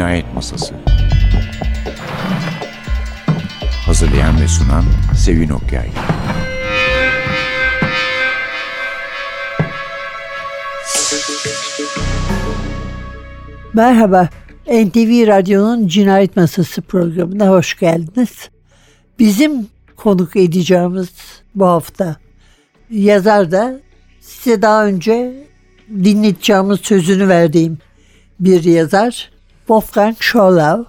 Cinayet Masası. Hazırlayan ve sunan Sevin Okyay. Merhaba, NTV Radyo'nun Cinayet Masası programına hoş geldiniz. Bizim konuk edeceğimiz bu hafta yazar da size daha önce dinleteceğimiz sözünü verdiğim bir yazar, Wolfgang Schorlau.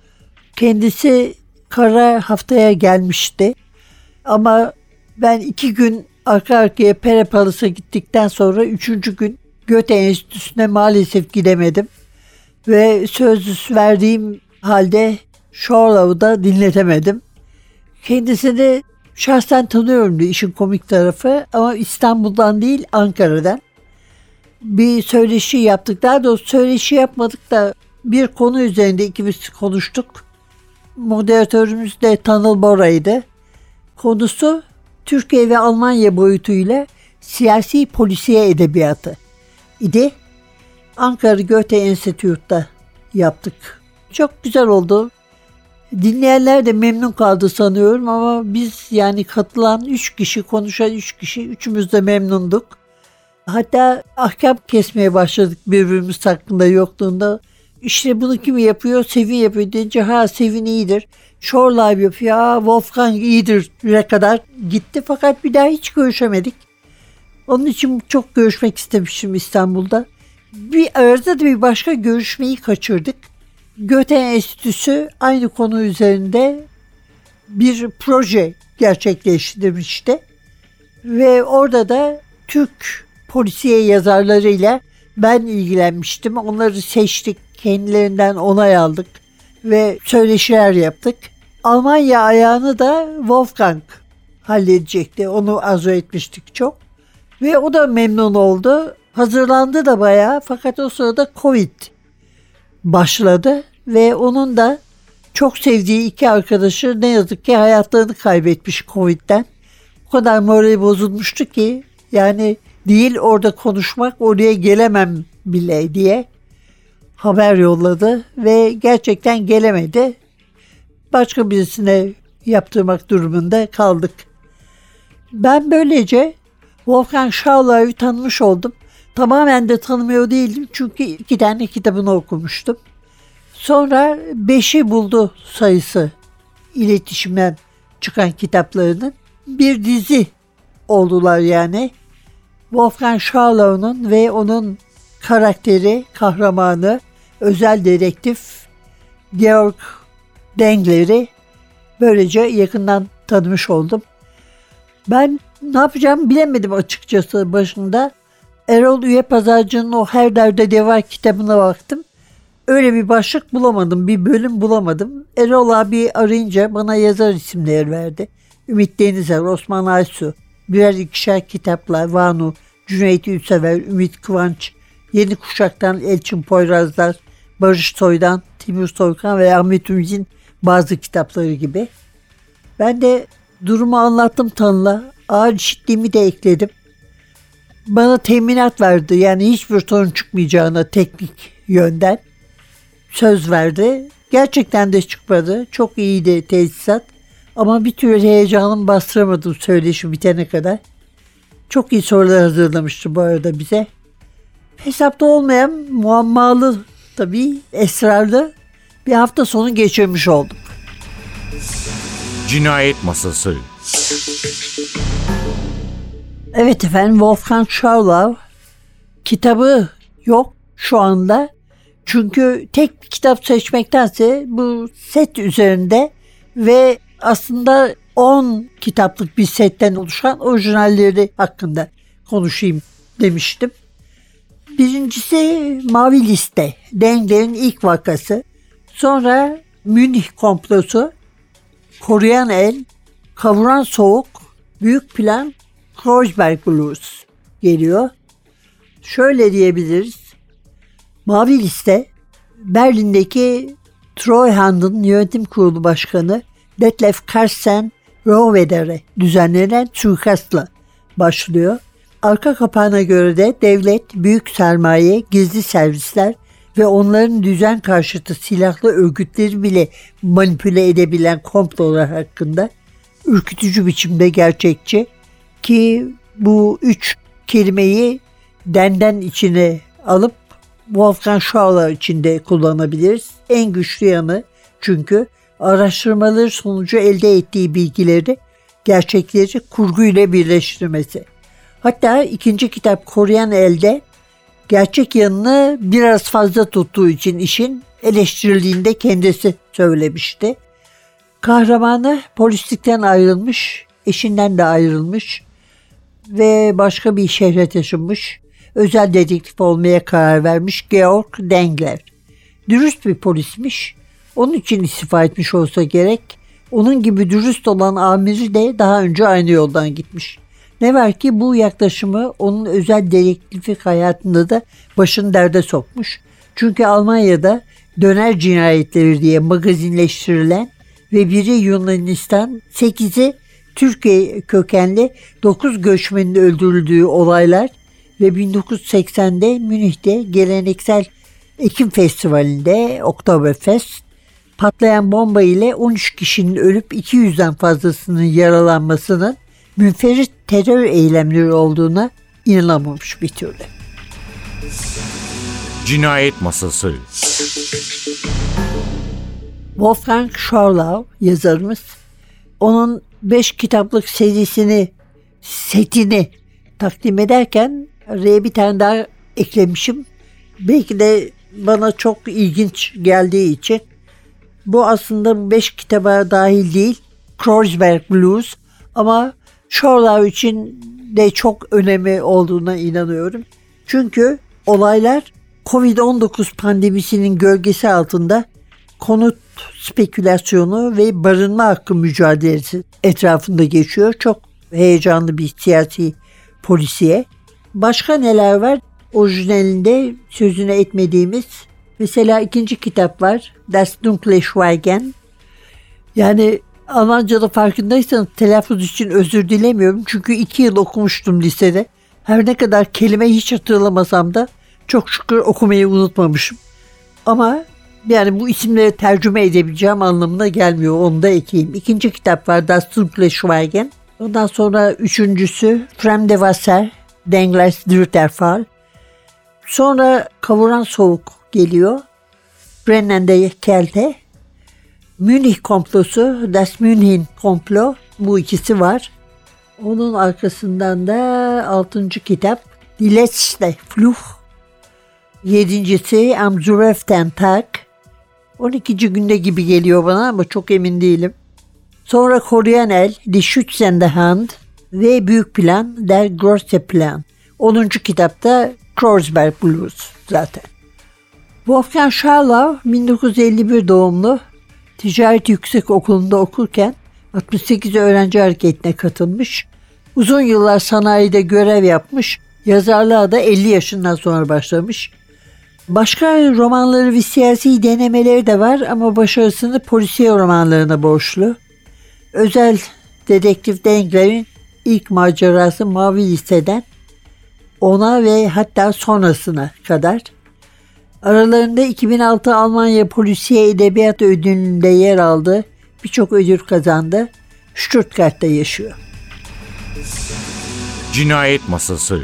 Kendisi kara haftaya gelmişti ama ben 2 gün arka arkaya Perepalıs'a gittikten sonra 3. gün Goethe Enstitüsü'ne maalesef gidemedim. Ve söz verdiğim halde Schorlau'u da dinletemedim. Kendisini şahsen tanıyorum diye işin komik tarafı, ama İstanbul'dan değil Ankara'dan. Bir söyleşi yaptık. Daha doğrusu söyleşi yapmadık da bir konu üzerinde ikimiz konuştuk. Moderatörümüz de Tanıl Bora'ydı. Konusu Türkiye ve Almanya boyutuyla siyasi polisiye edebiyatı idi. Ankara Goethe Enstitüsü'nde yaptık. Çok güzel oldu. Dinleyenler de memnun kaldı sanıyorum, ama biz yani katılan 3 kişi, konuşan 3 kişi, üçümüz de memnunduk. Hatta ahkam kesmeye başladık birbirimiz hakkında yokluğunda. İşte bunu kim yapıyor? Sevin yapıyor deyince, ha Sevin iyidir. Schorlau yapıyor, ha Wolfgang iyidir kadar gitti. Fakat bir daha hiç görüşemedik. Onun için çok görüşmek istemiştim İstanbul'da. Bir arada da bir başka görüşmeyi kaçırdık. Goethe Enstitüsü aynı konu üzerinde bir proje gerçekleştirmişti. Ve orada da Türk polisiye yazarlarıyla ben ilgilenmiştim. Onları seçtik, kendilerinden onay aldık ve söyleşiler yaptık. Almanya ayağını da Wolfgang halledecekti. Onu arzu etmiştik çok. Ve o da memnun oldu. Hazırlandı da bayağı, fakat o sırada Covid başladı ve onun da çok sevdiği 2 arkadaşı ne yazık ki hayatlarını kaybetmiş Covid'den. O kadar morali bozulmuştu ki, yani değil orada konuşmak, oraya gelemem bile diye haber yolladı ve gerçekten gelemedi. Başka birisine yaptırmak durumunda kaldık. Ben böylece Wolfgang Schorlau'yu tanımış oldum. Tamamen de tanımıyor değildim çünkü 2 tane kitabını okumuştum. Sonra 5'i buldu sayısı iletişimden çıkan kitaplarının. Bir dizi oldular yani. Wolfgang Schorlau'nun ve onun karakteri, kahramanı, özel dedektif Georg Dengler'i böylece yakından tanımış oldum. Ben ne yapacağımı bilemedim açıkçası başında. Erol Üye Pazarcı'nın o Her Derde Deva kitabına baktım. Öyle bir başlık bulamadım, bir bölüm bulamadım. Erol abi arayınca bana yazar isimleri verdi. Ümit Denizer, Osman Aysu, birer 2'şer kitaplar, Vanu, Cüneyt Ülsever, Ümit Kıvanç, Yeni Kuşak'tan Elçin Poyrazlar, Barış Soy'dan Timur Soykan ve Ahmet Ümit'in bazı kitapları gibi. Ben de durumu anlattım Tanıl'a, ağır işittiğimi de ekledim. Bana teminat verdi, yani hiçbir sorun çıkmayacağına teknik yönden söz verdi. Gerçekten de çıkmadı. Çok iyiydi tesisat. Ama bir türlü heyecanımı bastıramadım söyleşi bitene kadar. Çok iyi sorular hazırlamıştı bu arada bize. Hesapta olmayan, muammalı, tabii esrarlı bir hafta sonu geçirmiş olduk. Cinayet Masası. Evet efendim, Wolfgang Schorlau. Kitabı yok şu anda. Çünkü tek bir kitap seçmektense bu set üzerinde ve aslında 10 kitaplık bir setten oluşan orijinalleri hakkında konuşayım demiştim. Birincisi Mavi Liste, Dengler'in ilk vakası. Sonra Münih Komplosu, Koruyan El, Kavuran Soğuk, Büyük Plan, Kreuzberg Blues geliyor. Şöyle diyebiliriz. Mavi Liste, Berlin'deki Treuhand'ın yönetim kurulu başkanı Detlef Karsten Rohweder'e düzenlenen suikastla başlıyor. Arka kapağına göre de devlet, büyük sermaye, gizli servisler ve onların düzen karşıtı silahlı örgütleri bile manipüle edebilen komplolar hakkında ürkütücü biçimde gerçekçi, ki bu 3 kelimeyi denden içine alıp Wolfgang Schauler içinde kullanabiliriz. En güçlü yanı çünkü araştırmaları sonucu elde ettiği bilgileri, gerçekleri kurguyla birleştirmesi. Hatta ikinci kitap Koruyan El'de gerçek yanını biraz fazla tuttuğu için işin eleştirildiğinde kendisi söylemişti. Kahramanı polislikten ayrılmış, eşinden de ayrılmış ve başka bir şehre taşınmış, özel dedektif olmaya karar vermiş Georg Dengler. Dürüst bir polismiş, onun için istifa etmiş olsa gerek. Onun gibi dürüst olan amiri de daha önce aynı yoldan gitmiş. Ne var ki bu yaklaşımı onun özel dedektiflik hayatında da başını derde sokmuş. Çünkü Almanya'da döner cinayetleri diye magazinleştirilen ve biri Yunanistan, 8'i Türkiye kökenli 9 göçmenin öldürüldüğü olaylar ve 1980'de Münih'te geleneksel Ekim Festivali'nde Oktoberfest patlayan bomba ile 13 kişinin ölüp 200'den fazlasının yaralanmasının münferit terör eylemleri olduğuna inanamamış bir türlü. Cinayet Masası. Wolfgang Schauler yazarımız, onun 5 kitaplık setini takdim ederken araya bir tane daha eklemişim. Belki de bana çok ilginç geldiği için. Bu aslında 5 kitaba dahil değil, Kreuzberg Blues, ama Schauler için de çok önemi olduğuna inanıyorum. Çünkü olaylar Covid-19 pandemisinin gölgesi altında konut spekülasyonu ve barınma hakkı mücadelesi etrafında geçiyor. Çok heyecanlı bir siyasi polisiye. Başka neler var? Orijinalinde sözünü etmediğimiz mesela ikinci kitap var. Das Dunkle Schweigen. Yani Almanca'da farkındaysanız telaffuz için özür dilemiyorum. Çünkü 2 yıl okumuştum lisede. Her ne kadar kelimeyi hiç hatırlamasam da çok şükür okumayı unutmamışım. Ama yani bu isimleri tercüme edebileceğim anlamına gelmiyor. Onu da ekleyeyim. İkinci kitap var, Das Dunkle Schweigen. Ondan sonra üçüncüsü Fremde Wasser, Denglers Dritter Fall. Sonra Kavuran Soğuk geliyor. Brennende Kälte. Münih komplosu, Das München komplo. Bu ikisi var. Onun arkasından da 6. kitap Die letzte Fluch. 7.'si Am 12. Tag. 12. günde gibi geliyor bana ama çok emin değilim. Sonra Koruyan El, Die Schützende Hand ve Büyük Plan, Der Große Plan. 10. kitapta Kreuzberg Blues zaten. Wolfgang Schauler 1951 doğumlu, Ticaret Yüksekokulu'nda okurken 68 öğrenci hareketine katılmış. Uzun yıllar sanayide görev yapmış, yazarlığa da 50 yaşından sonra başlamış. Başka romanları ve siyasi denemeleri de var ama başarısını polisiye romanlarına borçlu. Özel dedektif Dengler'in ilk macerası Mavi Liste'den ona ve hatta sonrasına kadar. Aralarında 2006 Almanya Polisiye Edebiyat Ödülü'nde yer aldı. Birçok ödül kazandı. Stuttgart'ta yaşıyor. Cinayet Masası.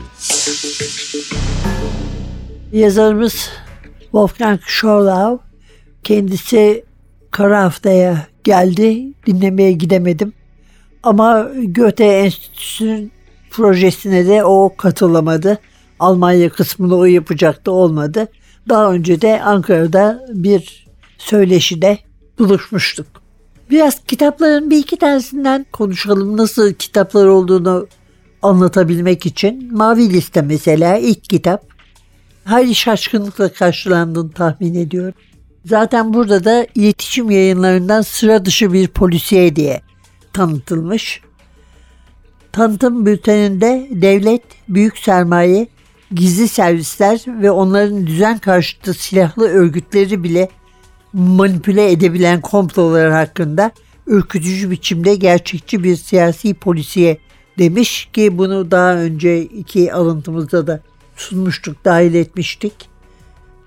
Yazarımız Wolfgang Schauler, kendisi Kara Hafta'ya geldi. Dinlemeye gidemedim. Ama Goethe Enstitüsü'nün projesine de o katılamadı. Almanya kısmını o yapacaktı, olmadı. Daha önce de Ankara'da bir söyleşide buluşmuştuk. Biraz kitapların bir iki tanesinden konuşalım. Nasıl kitaplar olduğunu anlatabilmek için. Mavi Liste mesela ilk kitap. Hayli şaşkınlıkla karşılandığını tahmin ediyorum. Zaten burada da iletişim yayınlarından sıra dışı bir polisiye diye tanıtılmış. Tanıtım bülteninde devlet, büyük sermaye, gizli servisler ve onların düzen karşıtı silahlı örgütleri bile manipüle edebilen komplolar hakkında ürkütücü biçimde gerçekçi bir siyasi polisiye demiş ki bunu daha önce iki alıntımızda da sunmuştuk, dahil etmiştik.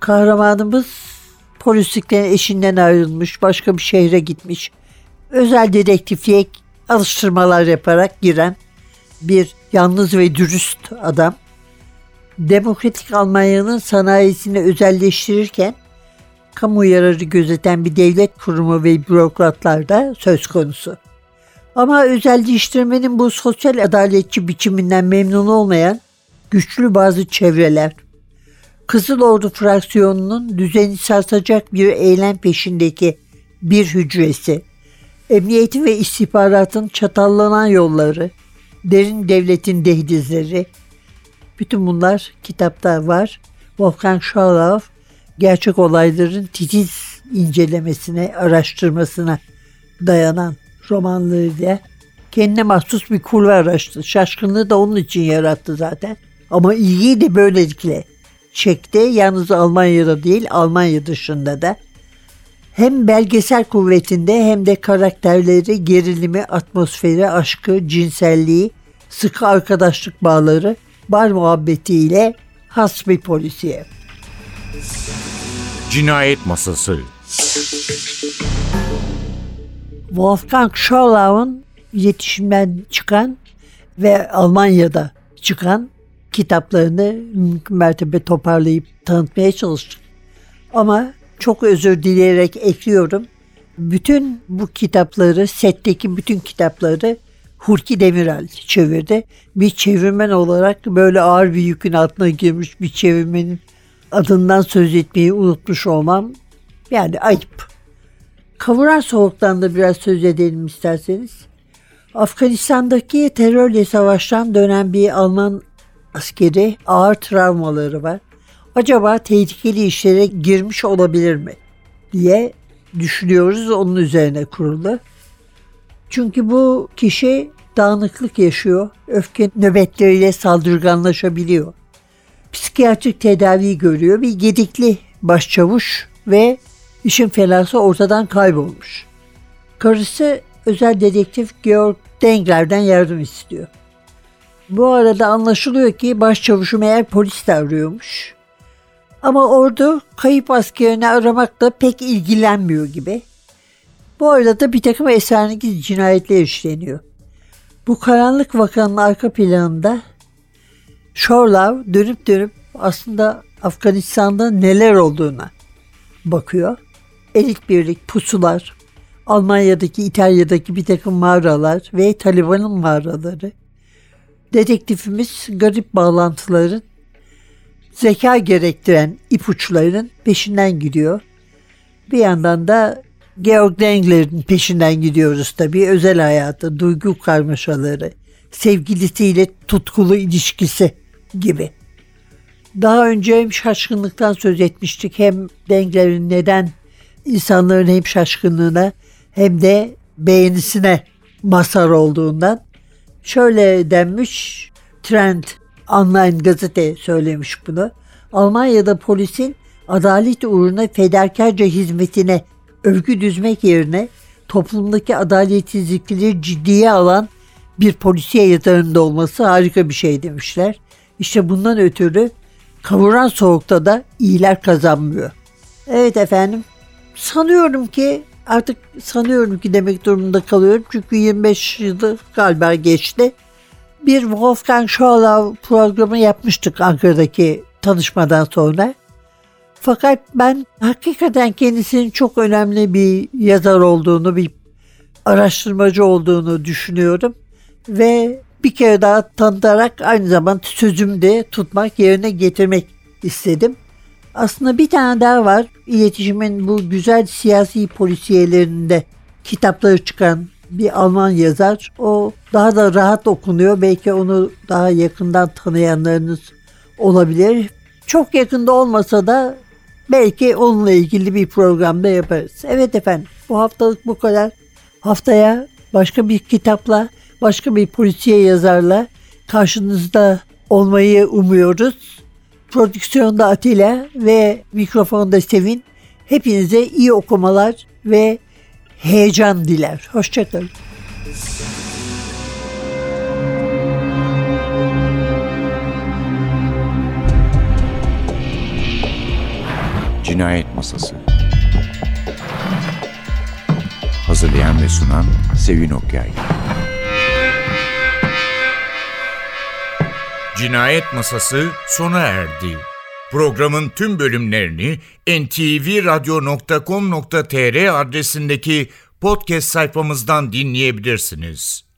Kahramanımız polislikten eşinden ayrılmış, başka bir şehre gitmiş. Özel dedektifliğe alıştırmalar yaparak giren bir yalnız ve dürüst adam. Demokratik Almanya'nın sanayisini özelleştirirken kamu yararı gözeten bir devlet kurumu ve bürokratlar da söz konusu. Ama özelleştirmenin bu sosyal adaletçi biçiminden memnun olmayan güçlü bazı çevreler, Kızıl Ordu fraksiyonunun düzeni sarsacak bir eylem peşindeki bir hücresi, emniyetin ve istihbaratın çatallanan yolları, derin devletin dehlizleri, bütün bunlar kitapta var. Wolfgang Schaulau gerçek olayların titiz incelemesine, araştırmasına dayanan romanlarıyla kendine mahsus bir kulvar açtı. Şaşkınlığı da onun için yarattı zaten. Ama ilgiyi de böylelikle çekti. Yalnız Almanya'da değil, Almanya dışında da. Hem belgesel kuvvetinde hem de karakterleri, gerilimi, atmosferi, aşkı, cinselliği, sıkı arkadaşlık bağları, bar muhabbetiyle has bir polisiye. Cinayet Masası. Wolfgang Schauau'nun iletişimden çıkan ve Almanya'da çıkan kitaplarını mümkün mertebe toparlayıp tanıtmaya çalıştık. Ama çok özür dileyerek ekliyorum. Bütün bu kitapları, setteki bütün kitapları Hulki Demirel çevirdi. Bir çevirmen olarak böyle ağır bir yükün altına girmiş bir çevirmenin adından söz etmeyi unutmuş olmam yani ayıp. Kavuran Soğuk'tan da biraz söz edelim isterseniz. Afganistan'daki terörle savaştan dönen bir Alman askeri ağır travmaları var. Acaba tehlikeli işlere girmiş olabilir mi diye düşünüyoruz, onun üzerine kurulu. Çünkü bu kişi dağınıklık yaşıyor, öfke nöbetleriyle saldırganlaşabiliyor. Psikiyatrik tedavi görüyor, bir gedikli başçavuş ve işin felası ortadan kaybolmuş. Karısı özel dedektif Georg Dengler'den yardım istiyor. Bu arada anlaşılıyor ki başçavuşu meğer polis de arıyormuş. Ama ordu kayıp askerini aramakla pek ilgilenmiyor gibi. Bu arada bir takım esrarengiz cinayetler işleniyor. Bu karanlık vakanın arka planında Schaulau dönüp dönüp aslında Afganistan'da neler olduğuna bakıyor. Elit birlik, pusular, Almanya'daki, İtalya'daki bir takım mağaralar ve Taliban'ın mağaraları. Dedektifimiz garip bağlantıların, zeka gerektiren ipuçlarının peşinden gidiyor. Bir yandan da Georg Dengler'in peşinden gidiyoruz tabii. Özel hayatı, duygu karmaşaları, sevgilisiyle tutkulu ilişkisi gibi. Daha önce hem şaşkınlıktan söz etmiştik, hem Dengler'in neden insanların hem şaşkınlığına hem de beğenisine mazhar olduğundan. Şöyle denmiş, Trend Online gazete söylemiş bunu. Almanya'da polisin adalet uğruna fedakarca hizmetine övgü düzmek yerine toplumdaki adaletsizlikleri ciddiye alan bir polisiye yazarında olması harika bir şey demişler. İşte bundan ötürü Kavuran Soğuk'ta da iyiler kazanmıyor. Evet efendim, sanıyorum ki demek durumunda kalıyorum. Çünkü 25 yılı galiba geçti. Bir Wolfgang Schaulau programı yapmıştık Ankara'daki tanışmadan sonra. Fakat ben hakikaten kendisinin çok önemli bir yazar olduğunu, bir araştırmacı olduğunu düşünüyorum. Ve bir kere daha tanıtarak aynı zamanda sözümü de tutmak, yerine getirmek istedim. Aslında bir tane daha var. İletişimin bu güzel siyasi polisiyelerinde kitapları çıkan bir Alman yazar. O daha da rahat okunuyor. Belki onu daha yakından tanıyanlarınız olabilir. Çok yakında olmasa da belki onunla ilgili bir programda yaparız. Evet efendim, bu haftalık bu kadar. Haftaya başka bir kitapla, başka bir polisiye yazarla karşınızda olmayı umuyoruz. Prodüksiyonda Atilla ve mikrofonda Sevin. Hepinize iyi okumalar ve heyecan diler. Hoşçakalın. Cinayet Masası. Hazırlayan ve sunan Sevin Okyay. Cinayet Masası sona erdi. Programın tüm bölümlerini ntvradio.com.tr adresindeki podcast sayfamızdan dinleyebilirsiniz.